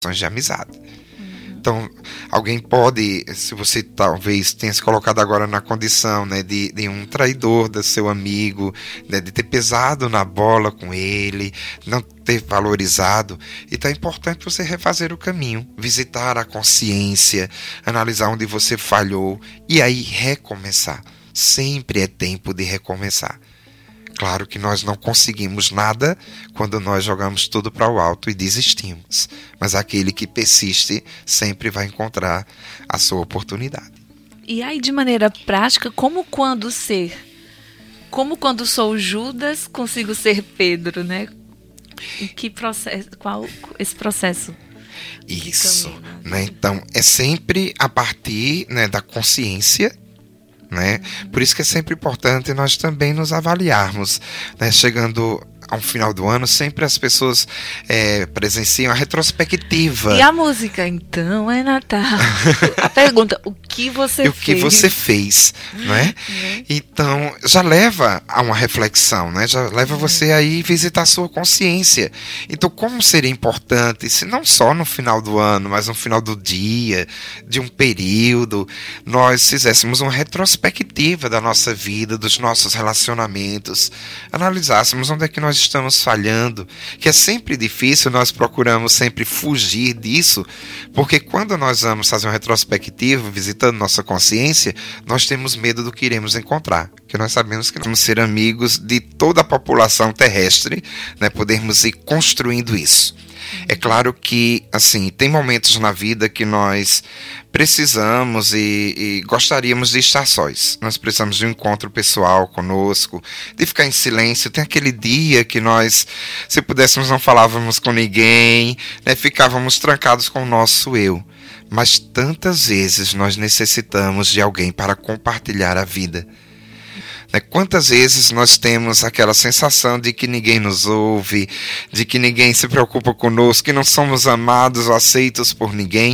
de amizade. Então, alguém pode, se você talvez tenha se colocado agora na condição, né, de um traidor do seu amigo, né, de ter pesado na bola com ele, não ter valorizado, então é importante você refazer o caminho, visitar a consciência, analisar onde você falhou e aí recomeçar. Sempre é tempo de recomeçar. Claro que nós não conseguimos nada quando nós jogamos tudo para o alto e desistimos. Mas aquele que persiste sempre vai encontrar a sua oportunidade. E aí, de maneira prática, como quando sou Judas, consigo ser Pedro, né? Em que processo, qual esse processo? Isso, né? Então, é sempre a partir, né, da consciência, né? Por isso que é sempre importante nós também nos avaliarmos, né? Chegando ao final do ano, sempre as pessoas presenciam a retrospectiva. E a música, então é Natal. A pergunta, o que você fez? O que você fez, né? Então, já leva a uma reflexão, né? Já leva você a ir visitar a sua consciência. Então, como seria importante, se não só no final do ano, mas no final do dia, de um período, nós fizéssemos uma retrospectiva da nossa vida, dos nossos relacionamentos, analisássemos onde é que nós estamos falhando, que é sempre difícil, nós procuramos sempre fugir disso, porque quando nós vamos fazer uma retrospectiva, visitando nossa consciência, nós temos medo do que iremos encontrar, porque nós sabemos que vamos ser amigos de toda a população terrestre, né, podermos ir construindo isso. É claro que, assim, tem momentos na vida que nós precisamos e gostaríamos de estar sós. Nós precisamos de um encontro pessoal conosco, de ficar em silêncio. Tem aquele dia que nós, se pudéssemos, não falávamos com ninguém, né, ficávamos trancados com o nosso eu. Mas tantas vezes nós necessitamos de alguém para compartilhar a vida. Quantas vezes nós temos aquela sensação de que ninguém nos ouve, de que ninguém se preocupa conosco, que não somos amados ou aceitos por ninguém,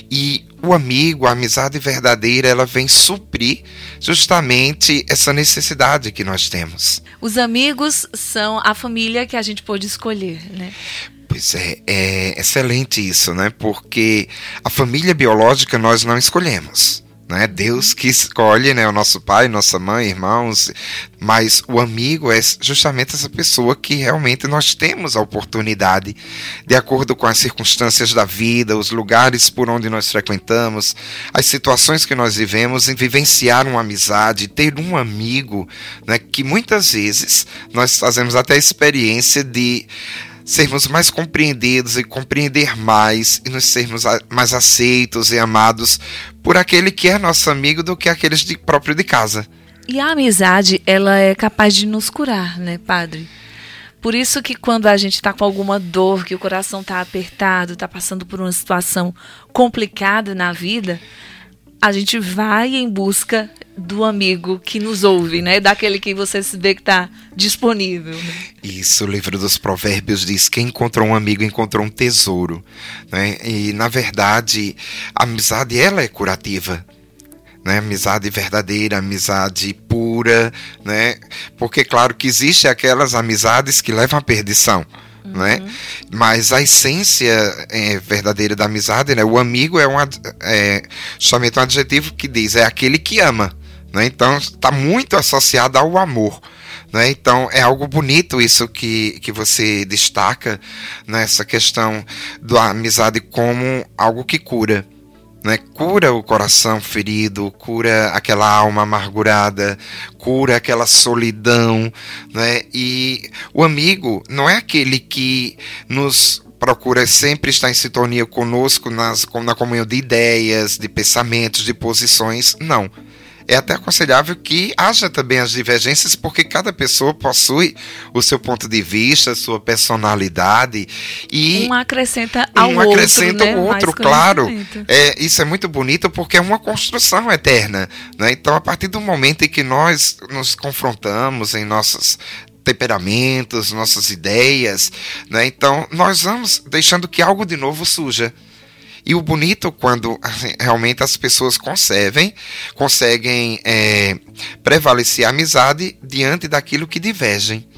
e o amigo, a amizade verdadeira, ela vem suprir justamente essa necessidade que nós temos. Os amigos são a família que a gente pôde escolher, né? Pois é excelente isso, né? Porque a família biológica nós não escolhemos. Né? Deus que escolhe, né, o nosso pai, nossa mãe, irmãos, mas o amigo é justamente essa pessoa que realmente nós temos a oportunidade, de acordo com as circunstâncias da vida, os lugares por onde nós frequentamos, as situações que nós vivemos, em vivenciar uma amizade, ter um amigo, né, que muitas vezes nós fazemos até a experiência de sermos mais compreendidos e compreender mais e nos sermos mais aceitos e amados por aquele que é nosso amigo do que aqueles próprio de casa. E a amizade, ela é capaz de nos curar, né, padre? Por isso que quando a gente está com alguma dor, que o coração está apertado, está passando por uma situação complicada na vida, a gente vai em busca do amigo que nos ouve, né? Daquele que você se vê que está disponível. Né? Isso, o livro dos Provérbios diz que quem encontrou um amigo encontrou um tesouro. Né? E, na verdade, a amizade, ela é curativa. Né? Amizade verdadeira, amizade pura. Né? Porque, claro, que existem aquelas amizades que levam à perdição. Né? Mas a essência verdadeira da amizade, né? O amigo é somente um adjetivo que diz, é aquele que ama, né? Então está muito associado ao amor, né? Então é algo bonito isso que você destaca nessa questão da amizade como algo que cura. Né? Cura o coração ferido, cura aquela alma amargurada, cura aquela solidão, né? E o amigo não é aquele que nos procura sempre estar em sintonia conosco na comunhão de ideias, de pensamentos, de posições, não. É até aconselhável que haja também as divergências, porque cada pessoa possui o seu ponto de vista, a sua personalidade. E um acrescenta ao outro. Acrescenta o outro, claro. Isso é muito bonito porque é uma construção eterna. Né? Então, a partir do momento em que nós nos confrontamos em nossos temperamentos, nossas ideias, né? Então nós vamos deixando que algo de novo surja. E o bonito quando realmente as pessoas conseguem prevalecer a amizade diante daquilo que divergem.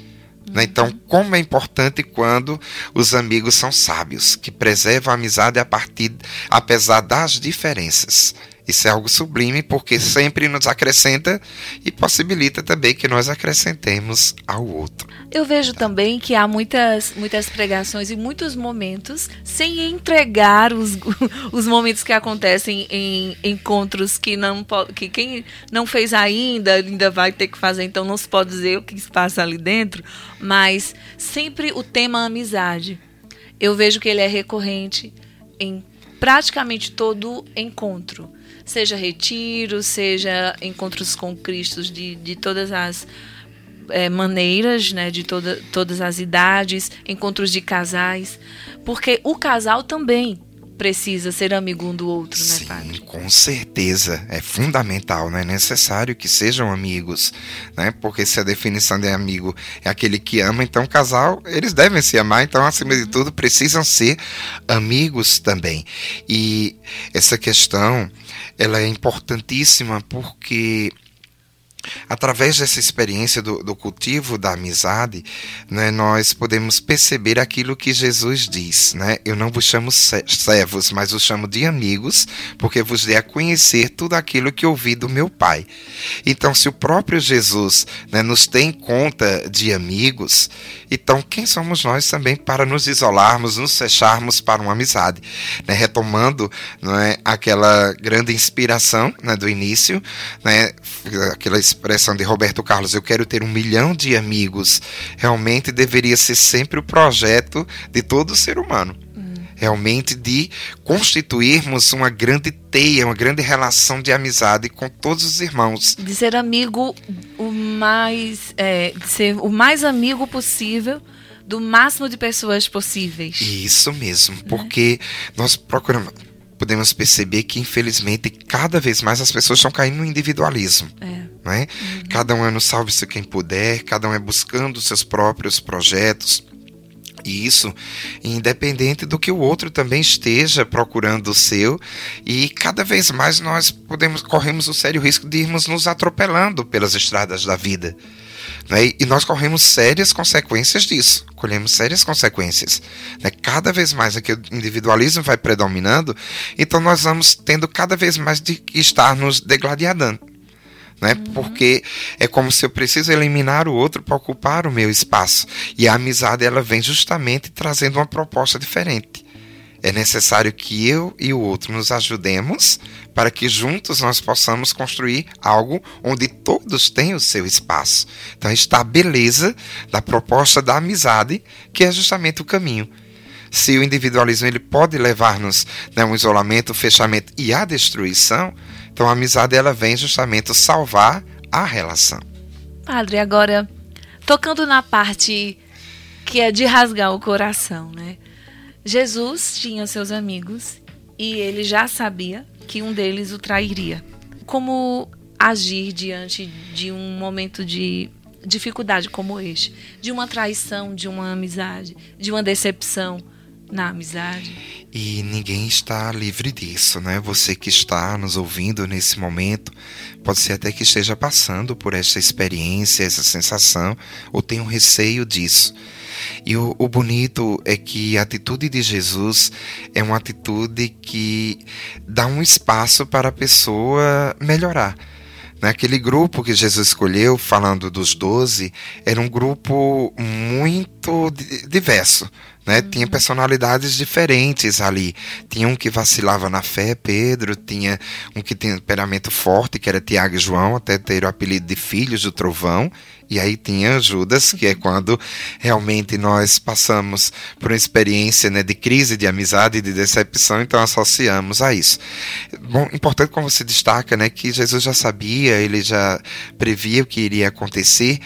Né? Então, como é importante quando os amigos são sábios, que preservam a amizade apesar das diferenças. Isso é algo sublime, porque sempre nos acrescenta e possibilita também que nós acrescentemos ao outro. Eu vejo também que há muitas pregações e muitos momentos sem entregar os momentos que acontecem em encontros que quem não fez ainda vai ter que fazer, então não se pode dizer o que se passa ali dentro, mas sempre o tema amizade. Eu vejo que ele é recorrente em praticamente todo encontro. Seja retiro, seja encontros com Cristo de todas as maneiras, né, de todas as idades, encontros de casais, porque o casal também precisa ser amigo um do outro, né, padre? Sim, com certeza, é fundamental, não é necessário que sejam amigos, né? Porque se a definição de amigo é aquele que ama, então o casal, eles devem se amar, então acima de tudo precisam ser amigos também. E essa questão, ela é importantíssima porque através dessa experiência do cultivo da amizade, né, nós podemos perceber aquilo que Jesus diz, né? Eu não vos chamo servos, mas os chamo de amigos, porque vos dei a conhecer tudo aquilo que ouvi do meu Pai. Então, se o próprio Jesus, né, nos tem em conta de amigos, então quem somos nós também para nos isolarmos, nos fecharmos para uma amizade? Né? Retomando, né, aquela grande inspiração, né, do início, né, aquela expressão de Roberto Carlos, eu quero ter 1 milhão de amigos, realmente deveria ser sempre o projeto de todo ser humano. Realmente de constituirmos uma grande teia, uma grande relação de amizade com todos os irmãos. De ser amigo de ser o mais amigo possível do máximo de pessoas possíveis. Isso mesmo, porque nós podemos perceber que, infelizmente, cada vez mais as pessoas estão caindo no individualismo. Não é? Cada um é no salve-se quem puder, cada um é buscando os seus próprios projetos. E isso, independente do que o outro também esteja procurando o seu, e cada vez mais nós corremos o sério risco de irmos nos atropelando pelas estradas da vida. Né? E nós corremos sérias consequências disso, colhemos sérias consequências. Né? Cada vez mais aqui o individualismo vai predominando, então nós vamos tendo cada vez mais de estar nos degladiando. Né? Porque é como se eu preciso eliminar o outro para ocupar o meu espaço. E a amizade, ela vem justamente trazendo uma proposta diferente. É necessário que eu e o outro nos ajudemos para que juntos nós possamos construir algo onde todos têm o seu espaço. Então está a beleza da proposta da amizade, que é justamente o caminho. Se o individualismo ele pode levar-nos, né, ao isolamento, ao fechamento e à destruição, então a amizade ela vem justamente salvar a relação. Padre, agora, tocando na parte que é de rasgar o coração, né? Jesus tinha seus amigos e ele já sabia que um deles o trairia. Como agir diante de um momento de dificuldade como este? De uma traição, de uma amizade, de uma decepção na amizade. E ninguém está livre disso, né? Você que está nos ouvindo nesse momento, pode ser até que esteja passando por essa experiência, essa sensação, ou tenha um receio disso. E o bonito é que a atitude de Jesus é uma atitude que dá um espaço para a pessoa melhorar. Aquele grupo que Jesus escolheu, falando dos 12, era um grupo muito diverso. Né? Tinha personalidades diferentes ali. Tinha um que vacilava na fé, Pedro. Tinha um que tinha temperamento forte, que era Tiago e João, até ter o apelido de filhos do trovão. E aí tinha Judas, que é quando realmente nós passamos por uma experiência, né, de crise, de amizade e de decepção, então associamos a isso. Bom, importante como você destaca, né, que Jesus já sabia, ele já previa o que iria acontecer,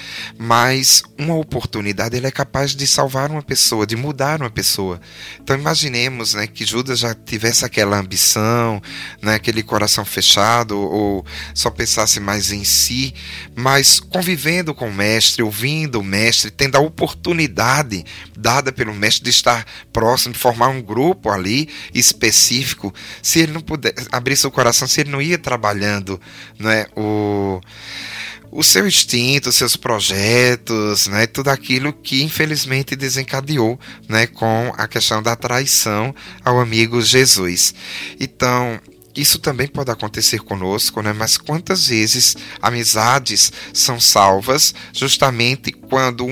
mas uma oportunidade ele é capaz de salvar uma pessoa, de mudar uma pessoa. Então imaginemos, né, que Judas já tivesse aquela ambição, né, aquele coração fechado, ou só pensasse mais em si, mas convivendo com o mestre, ouvindo o mestre, tendo a oportunidade dada pelo mestre de estar próximo, de formar um grupo ali específico, se ele não puder abrir seu coração, se ele não ia trabalhando, né, o seu instinto, os seus projetos, né, tudo aquilo que infelizmente desencadeou, né, com a questão da traição ao amigo Jesus. Então, isso também pode acontecer conosco, né? Mas quantas vezes amizades são salvas justamente quando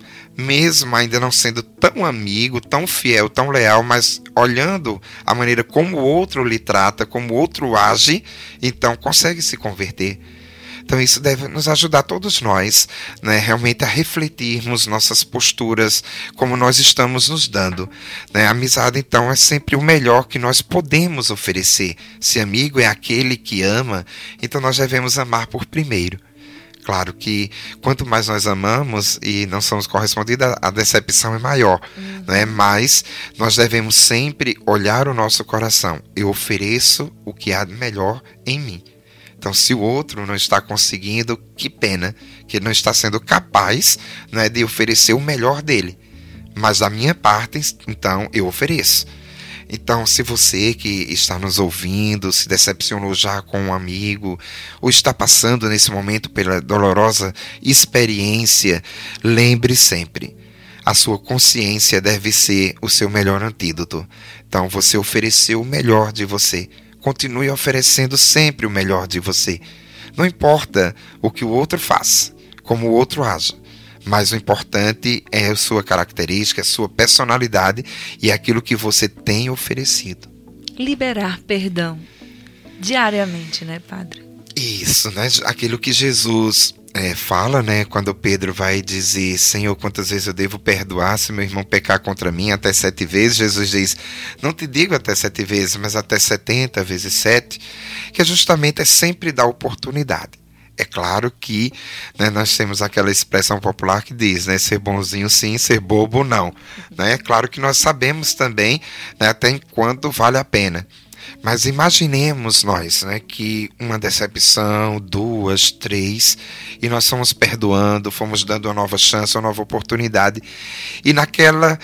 mesmo ainda não sendo tão amigo, tão fiel, tão leal, mas olhando a maneira como o outro lhe trata, como o outro age, então consegue se converter. Então isso deve nos ajudar todos nós, né, realmente a refletirmos nossas posturas, como nós estamos nos dando. Né? A amizade, então, é sempre o melhor que nós podemos oferecer. Se amigo é aquele que ama, então nós devemos amar por primeiro. Claro que quanto mais nós amamos e não somos correspondidos, a decepção é maior. Né? Mas nós devemos sempre olhar o nosso coração. Eu ofereço o que há de melhor em mim. Então, se o outro não está conseguindo, que pena, que ele não está sendo capaz, né, de oferecer o melhor dele. Mas da minha parte, então, eu ofereço. Então, se você que está nos ouvindo, se decepcionou já com um amigo, ou está passando nesse momento pela dolorosa experiência, lembre sempre, a sua consciência deve ser o seu melhor antídoto. Então, você ofereceu o melhor de você. Continue oferecendo sempre o melhor de você. Não importa o que o outro faça, como o outro age, mas o importante é a sua característica, a sua personalidade e aquilo que você tem oferecido. Liberar perdão diariamente, né, Padre? Isso, né? Aquilo que Jesus fala, né? Quando Pedro vai dizer: Senhor, quantas vezes eu devo perdoar se meu irmão pecar contra mim? Até 7 vezes. Jesus diz: não te digo até 7 vezes, mas até 70 vezes 7, que justamente é sempre dar oportunidade. É claro que, né, nós temos aquela expressão popular que diz, né, ser bonzinho sim, ser bobo não. Né? É claro que nós sabemos também, né, até enquanto vale a pena. Mas imaginemos nós, né, que uma decepção, 2, 3, e nós fomos perdoando, fomos dando uma nova chance, uma nova oportunidade. E naquela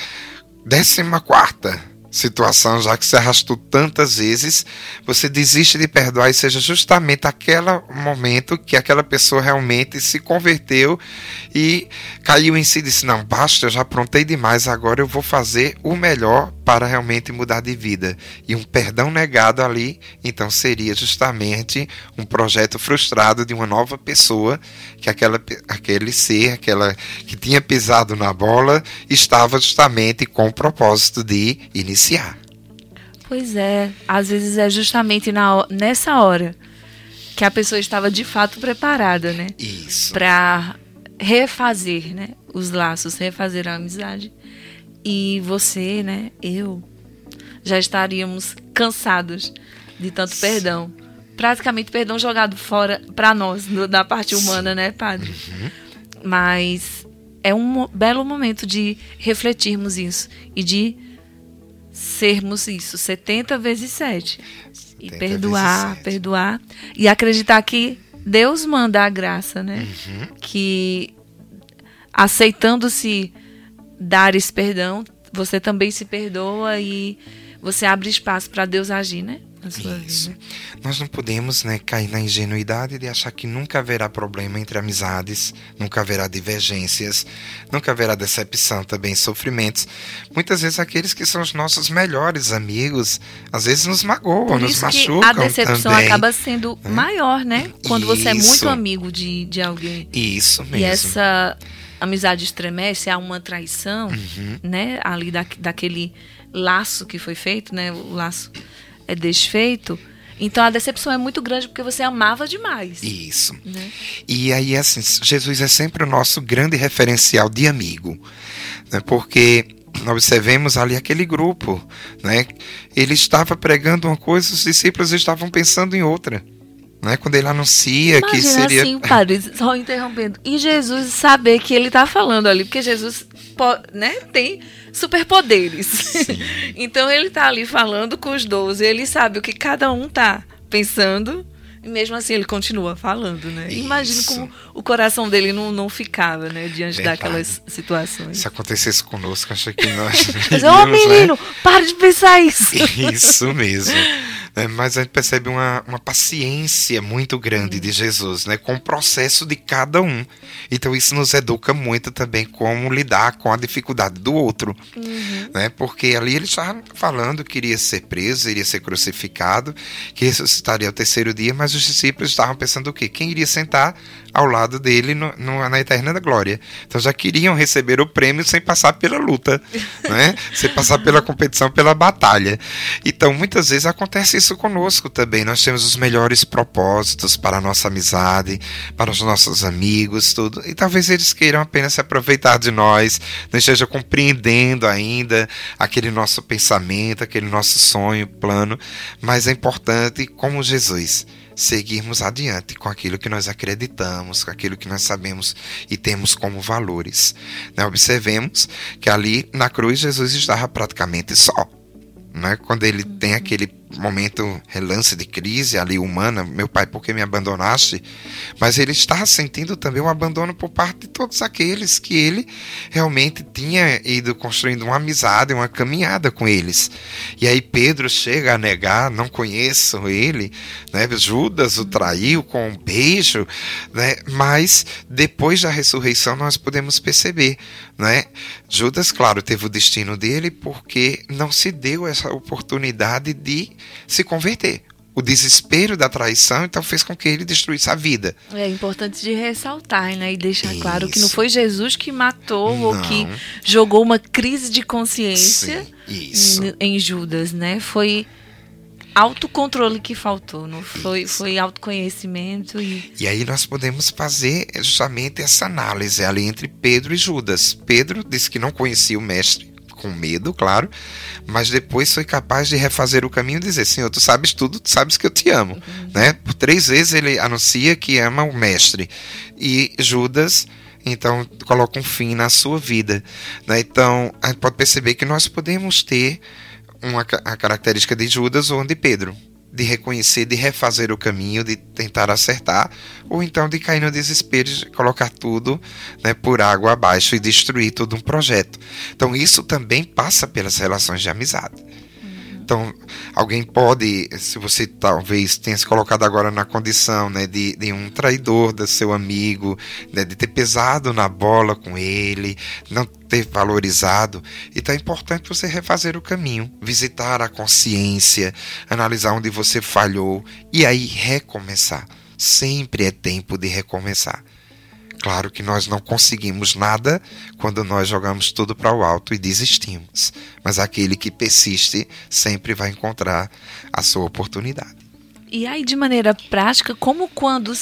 14ª situação, já que se arrastou tantas vezes, você desiste de perdoar e seja justamente aquele momento que aquela pessoa realmente se converteu e caiu em si e disse: não, basta, eu já aprontei demais, agora eu vou fazer o melhor para realmente mudar de vida. E um perdão negado ali, então seria justamente um projeto frustrado de uma nova pessoa, que aquele ser, aquela que tinha pisado na bola, estava justamente com o propósito de iniciar. Pois é, às vezes é justamente nessa hora que a pessoa estava de fato preparada, né? Isso. Para refazer, né, os laços, refazer a amizade. E você, né, eu, já estaríamos cansados de tanto perdão. Praticamente perdão jogado fora para nós, da parte humana, né, Padre? Uhum. Mas é um belo momento de refletirmos isso e de sermos isso, 70 vezes 7. E perdoar e acreditar que Deus manda a graça, né? Uhum. Que aceitando-se dar esse perdão, você também se perdoa e você abre espaço para Deus agir, né? Na sua vida. Nós não podemos, né, cair na ingenuidade de achar que nunca haverá problema entre amizades, nunca haverá divergências, nunca haverá decepção, também sofrimentos. Muitas vezes aqueles que são os nossos melhores amigos, às vezes nos magoam, nos machucam. A decepção também acaba sendo maior, né? Quando você é muito Isso. amigo de alguém. Isso mesmo. E essa amizade estremece, há uma traição, Uhum. né? Ali daquele laço que foi feito, né? O laço é desfeito. Então a decepção é muito grande porque você amava demais. Isso. Né? E aí, assim, Jesus é sempre o nosso grande referencial de amigo, né? Porque observemos ali aquele grupo, né? Ele estava pregando uma coisa, os discípulos estavam pensando em outra. Né? Quando ele anuncia Imagina que seria... assim, Padre, só interrompendo. E Jesus saber que ele está falando ali, porque Jesus, né, tem superpoderes. Então ele está ali falando com os 12, ele sabe o que cada um está pensando, e mesmo assim ele continua falando, né? Imagina como o coração dele não ficava, né, diante daquelas situações. Se acontecesse conosco, acho que nós... Mas, menino, né? Para de pensar isso. Isso mesmo. né? Mas a gente percebe uma paciência muito grande de Jesus, né? Com o processo de cada um. Então isso nos educa muito também como lidar com a dificuldade do outro, né? Porque ali ele estava falando que iria ser preso, iria ser crucificado, que ressuscitaria ao terceiro dia, mas os discípulos estavam pensando o quê? Quem iria sentar ao lado dele na eterna glória. Então já queriam receber o prêmio sem passar pela luta, né? Sem passar pela competição, pela batalha. Então muitas vezes acontece isso conosco também. Nós temos os melhores propósitos para a nossa amizade, para os nossos amigos, tudo. E talvez eles queiram apenas se aproveitar de nós, não estejam compreendendo ainda aquele nosso pensamento, aquele nosso sonho, plano. Mas é importante, como Jesus, seguirmos adiante com aquilo que nós acreditamos, com aquilo que nós sabemos e temos como valores. Né? Observemos que ali na cruz Jesus estava praticamente só. Né? Quando ele tem aquele momento, relance de crise ali humana, meu pai, por que me abandonaste? Mas ele estava sentindo também um abandono por parte de todos aqueles que ele realmente tinha ido construindo uma amizade, uma caminhada com eles. E aí Pedro chega a negar, não conheço ele, né? Judas o traiu com um beijo, né? Mas depois da ressurreição nós podemos perceber, né? Judas, claro, teve o destino dele porque não se deu essa oportunidade de se converter. O desespero da traição então fez com que ele destruísse a vida. É importante de ressaltar, né? E deixar claro que não foi Jesus que matou ou que jogou uma crise de consciência em Judas, né? Foi autocontrole que faltou, não foi autoconhecimento. E aí nós podemos fazer justamente essa análise ali entre Pedro e Judas. Pedro disse que não conhecia o mestre, com medo, claro, mas depois foi capaz de refazer o caminho e dizer: Senhor, tu sabes tudo, tu sabes que eu te amo, né? Por 3 vezes ele anuncia que ama o mestre. E Judas, então, coloca um fim na sua vida, né? Então, a gente pode perceber que nós podemos ter a característica de Judas ou de Pedro, de reconhecer, de refazer o caminho, de tentar acertar, ou então de cair no desespero de colocar tudo, né, por água abaixo e destruir todo um projeto. Então isso também passa pelas relações de amizade. Então, alguém pode, se você talvez tenha se colocado agora na condição, né, de um traidor do seu amigo, né, de ter pesado na bola com ele, não ter valorizado, então é importante você refazer o caminho, visitar a consciência, analisar onde você falhou e aí recomeçar. Sempre é tempo de recomeçar. Claro que nós não conseguimos nada quando nós jogamos tudo para o alto e desistimos. Mas aquele que persiste sempre vai encontrar a sua oportunidade. E aí, de maneira prática, como quando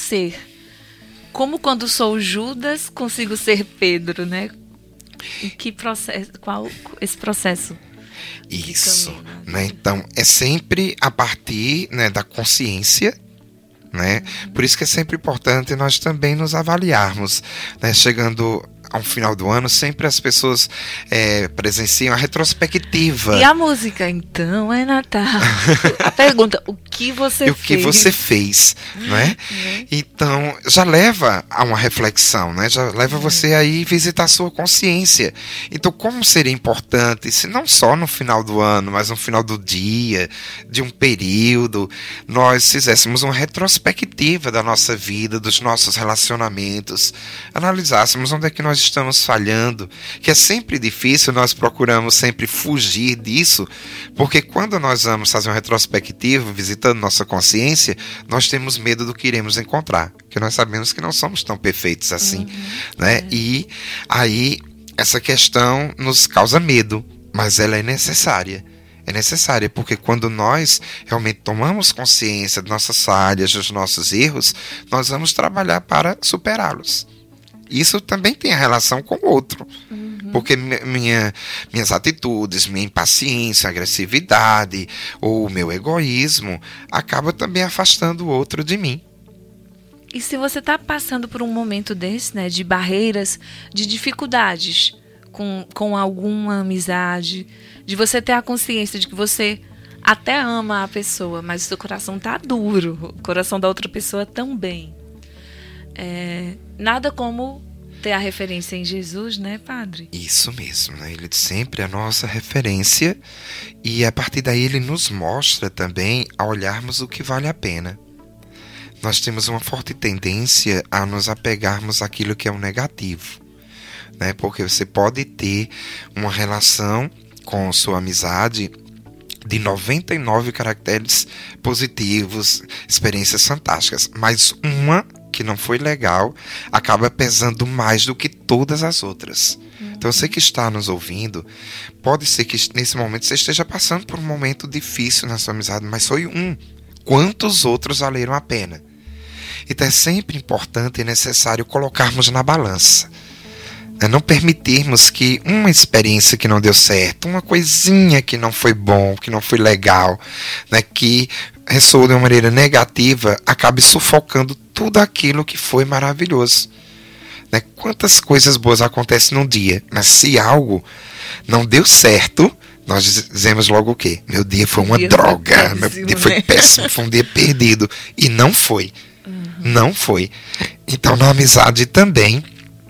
sou Judas, consigo ser Pedro, né? Em que processo, qual esse processo? Isso, né? Então, é sempre a partir, né, da consciência, né? Por isso que é sempre importante nós também nos avaliarmos, né? Chegando ao final do ano, sempre as pessoas presenciam a retrospectiva. E a música, então, é Natal. A pergunta, o que você fez? O que você fez, né? Então, já leva a uma reflexão, né? Já leva você aí visitar a sua consciência. Então, como seria importante, se não só no final do ano, mas no final do dia, de um período, nós fizéssemos uma retrospectiva da nossa vida, dos nossos relacionamentos, analisássemos onde é que nós estamos falhando, que é sempre difícil, nós procuramos sempre fugir disso, porque quando nós vamos fazer uma retrospectiva, visitando nossa consciência, nós temos medo do que iremos encontrar, porque nós sabemos que não somos tão perfeitos assim, né? E aí, essa questão nos causa medo, mas ela é necessária. É necessária, porque quando nós realmente tomamos consciência de nossas falhas, dos nossos erros, nós vamos trabalhar para superá-los. Isso também tem a relação com o outro. Porque minhas atitudes, minha impaciência, agressividade ou o meu egoísmo acaba também afastando o outro de mim. E se você está passando por um momento desse, né, de barreiras, de dificuldades com alguma amizade, de você ter a consciência de que você até ama a pessoa, mas o seu coração está duro, o coração da outra pessoa também. Nada como Ter a referência em Jesus, né, Padre? Isso mesmo, né? Ele sempre é a nossa referência e a partir daí ele nos mostra também a olharmos o que vale a pena. Nós temos uma forte tendência a nos apegarmos àquilo que é o negativo, né? Porque você pode ter uma relação com sua amizade de 99 caracteres positivos, experiências fantásticas, mas uma que não foi legal acaba pesando mais do que todas as outras. Então você que está nos ouvindo, pode ser que nesse momento você esteja passando por um momento difícil na sua amizade, mas foi um. Quantos outros valeram a pena? Então é sempre importante e necessário colocarmos na balança. Não permitirmos que uma experiência que não deu certo, uma coisinha que não foi bom, que não foi legal, né, que ressoou de uma maneira negativa, acabe sufocando tudo aquilo que foi maravilhoso. Né? Quantas coisas boas acontecem num dia, mas se algo não deu certo, nós dizemos logo o quê? Meu dia foi uma droga, meu dia foi péssimo, foi um dia perdido. E não foi. Não foi. Então na amizade também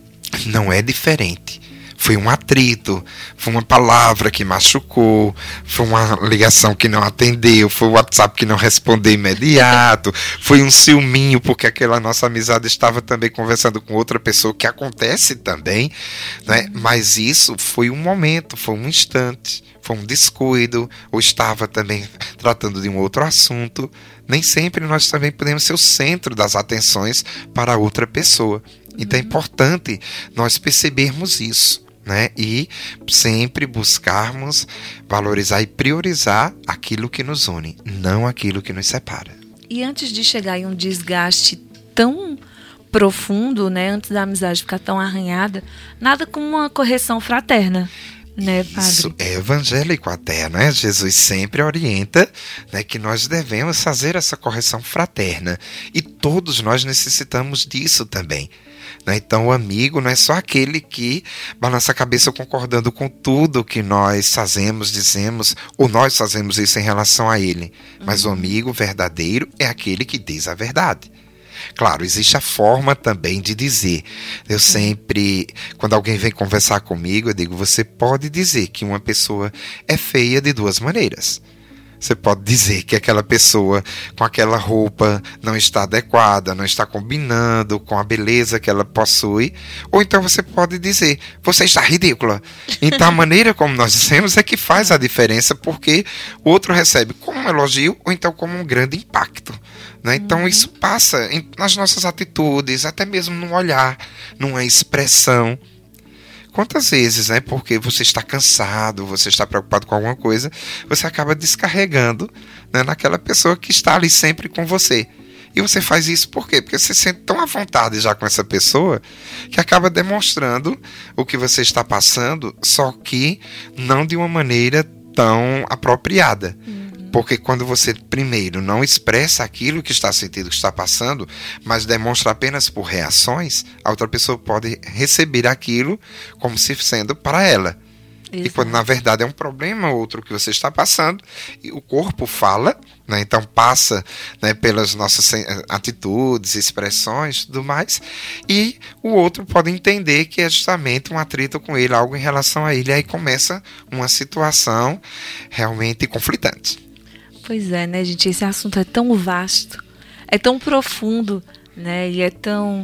não é diferente. Foi um atrito, foi uma palavra que machucou, foi uma ligação que não atendeu, foi o WhatsApp que não respondeu imediato, foi um ciúminho porque aquela nossa amizade estava também conversando com outra pessoa, que acontece também, né? Mas isso foi um momento, foi um instante, foi um descuido, ou estava também tratando de um outro assunto. Nem sempre nós também podemos ser o centro das atenções para outra pessoa. Então é importante nós percebermos isso, né? E sempre buscarmos valorizar e priorizar aquilo que nos une, não aquilo que nos separa. E antes de chegar em um desgaste tão profundo, né? Antes da amizade ficar tão arranhada, nada como uma correção fraterna. Né, Padre? Isso é evangélico até, né? Jesus sempre orienta, né, que nós devemos fazer essa correção fraterna. E todos nós necessitamos disso também. Né? Então o amigo não é só aquele que balança a cabeça concordando com tudo que nós fazemos, dizemos, ou nós fazemos isso em relação a ele. Mas o amigo verdadeiro é aquele que diz a verdade. Claro, existe a forma também de dizer. Eu sempre, quando alguém vem conversar comigo, eu digo, você pode dizer que uma pessoa é feia de duas maneiras. Você pode dizer que aquela pessoa com aquela roupa não está adequada, não está combinando com a beleza que ela possui. Ou então você pode dizer, você está ridícula. Então a maneira como nós dizemos é que faz a diferença, porque o outro recebe como um elogio ou então como um grande impacto. Né? Então isso passa nas nossas atitudes, até mesmo no olhar, numa expressão. Quantas vezes, né, porque você está cansado, você está preocupado com alguma coisa, você acaba descarregando, né, naquela pessoa que está ali sempre com você. E você faz isso por quê? Porque você se sente tão à vontade já com essa pessoa que acaba demonstrando o que você está passando, só que não de uma maneira tão apropriada. Porque quando você, primeiro, não expressa aquilo que está sentindo, que está passando, mas demonstra apenas por reações, a outra pessoa pode receber aquilo como se sendo para ela. Exato. E quando, na verdade, é um problema outro que você está passando, e o corpo fala, né, então passa, né, pelas nossas atitudes, expressões e tudo mais, e o outro pode entender que é justamente um atrito com ele, algo em relação a ele, e aí começa uma situação realmente conflitante. Pois é, né, gente? Esse assunto é tão vasto, é tão profundo, né? E é tão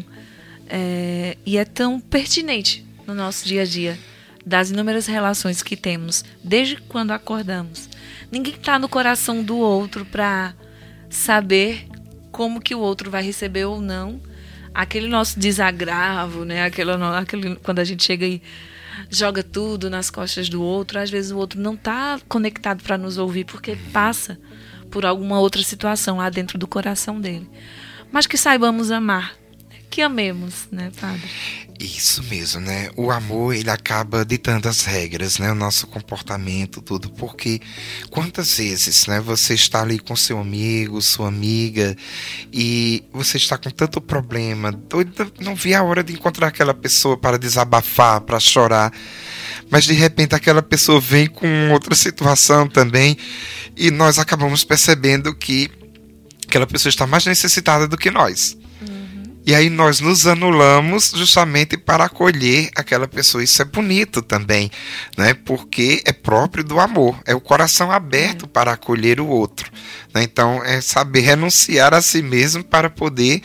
pertinente no nosso dia a dia, das inúmeras relações que temos, desde quando acordamos. Ninguém está no coração do outro para saber como que o outro vai receber ou não aquele nosso desagravo, né? Aquele, quando a gente chega e joga tudo nas costas do outro, às vezes o outro não está conectado para nos ouvir, porque passa por alguma outra situação lá dentro do coração dele. Mas que saibamos amar, que amemos, né, Padre? Isso mesmo, né? O amor, ele acaba ditando as regras, né? O nosso comportamento, tudo. Porque quantas vezes, né? Você está ali com seu amigo, sua amiga, e você está com tanto problema, doido, não vê a hora de encontrar aquela pessoa para desabafar, para chorar. Mas de repente aquela pessoa vem com outra situação também, e nós acabamos percebendo que aquela pessoa está mais necessitada do que nós. E aí nós nos anulamos justamente para acolher aquela pessoa. Isso é bonito também, né? Porque é próprio do amor. É o coração aberto para acolher o outro. Né? Então, é saber renunciar a si mesmo para poder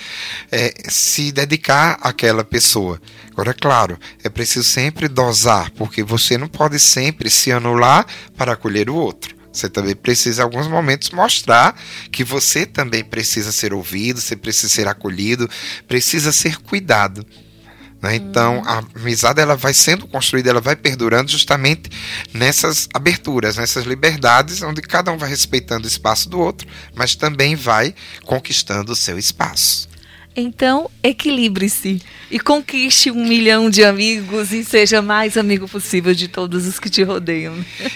se dedicar àquela pessoa. Agora, é claro, é preciso sempre dosar, porque você não pode sempre se anular para acolher o outro. Você também precisa, em alguns momentos, mostrar que você também precisa ser ouvido, você precisa ser acolhido, precisa ser cuidado. Né? Então, a amizade ela vai sendo construída, ela vai perdurando justamente nessas aberturas, nessas liberdades, onde cada um vai respeitando o espaço do outro, mas também vai conquistando o seu espaço. Então, equilibre-se e conquiste 1 milhão de amigos e seja mais amigo possível de todos os que te rodeiam.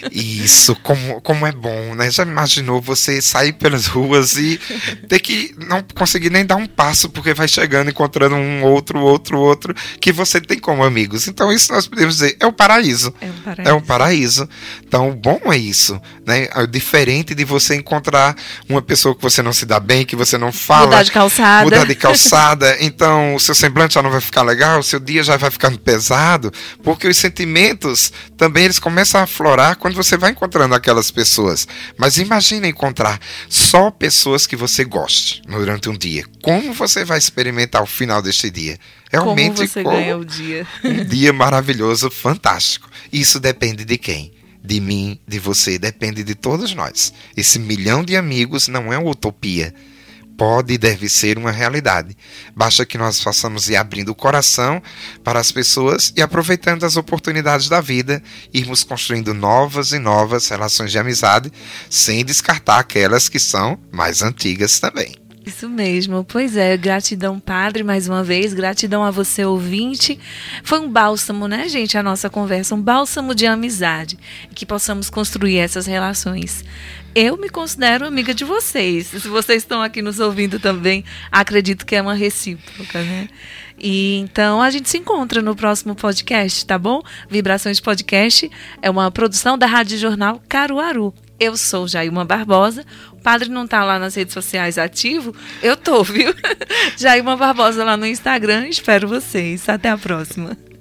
Isso, como é bom, né? Já imaginou você sair pelas ruas e ter que não conseguir nem dar um passo, porque vai chegando, encontrando um outro, que você tem como amigos. Então, isso nós podemos dizer, é o paraíso. É um paraíso. Então, o bom é isso, né? É diferente de você encontrar uma pessoa que você não se dá bem, que você não fala. Mudar de calçada. Então o seu semblante já não vai ficar legal, o seu dia já vai ficando pesado, porque os sentimentos também eles começam a aflorar quando você vai encontrando aquelas pessoas. Mas imagine encontrar só pessoas que você goste durante um dia. Como você vai experimentar o final deste dia? Realmente como você ganha o dia. Um dia maravilhoso, fantástico. Isso depende de quem? De mim, de você, depende de todos nós. Esse 1 milhão de amigos não é uma utopia. Pode e deve ser uma realidade. Basta que nós façamos ir abrindo o coração para as pessoas e aproveitando as oportunidades da vida, irmos construindo novas e novas relações de amizade, sem descartar aquelas que são mais antigas também. Isso mesmo, pois é, gratidão, Padre, mais uma vez, gratidão a você, ouvinte. Foi um bálsamo, né, gente, a nossa conversa, um bálsamo de amizade, que possamos construir essas relações. Eu me considero amiga de vocês, se vocês estão aqui nos ouvindo também, acredito que é uma recíproca, né? E então a gente se encontra no próximo podcast, tá bom? Vibrações Podcast é uma produção da Rádio Jornal Caruaru. Eu sou Jailma Barbosa. O Padre não tá lá nas redes sociais ativo? Eu tô, viu? Jailma Barbosa lá no Instagram. Espero vocês. Até a próxima.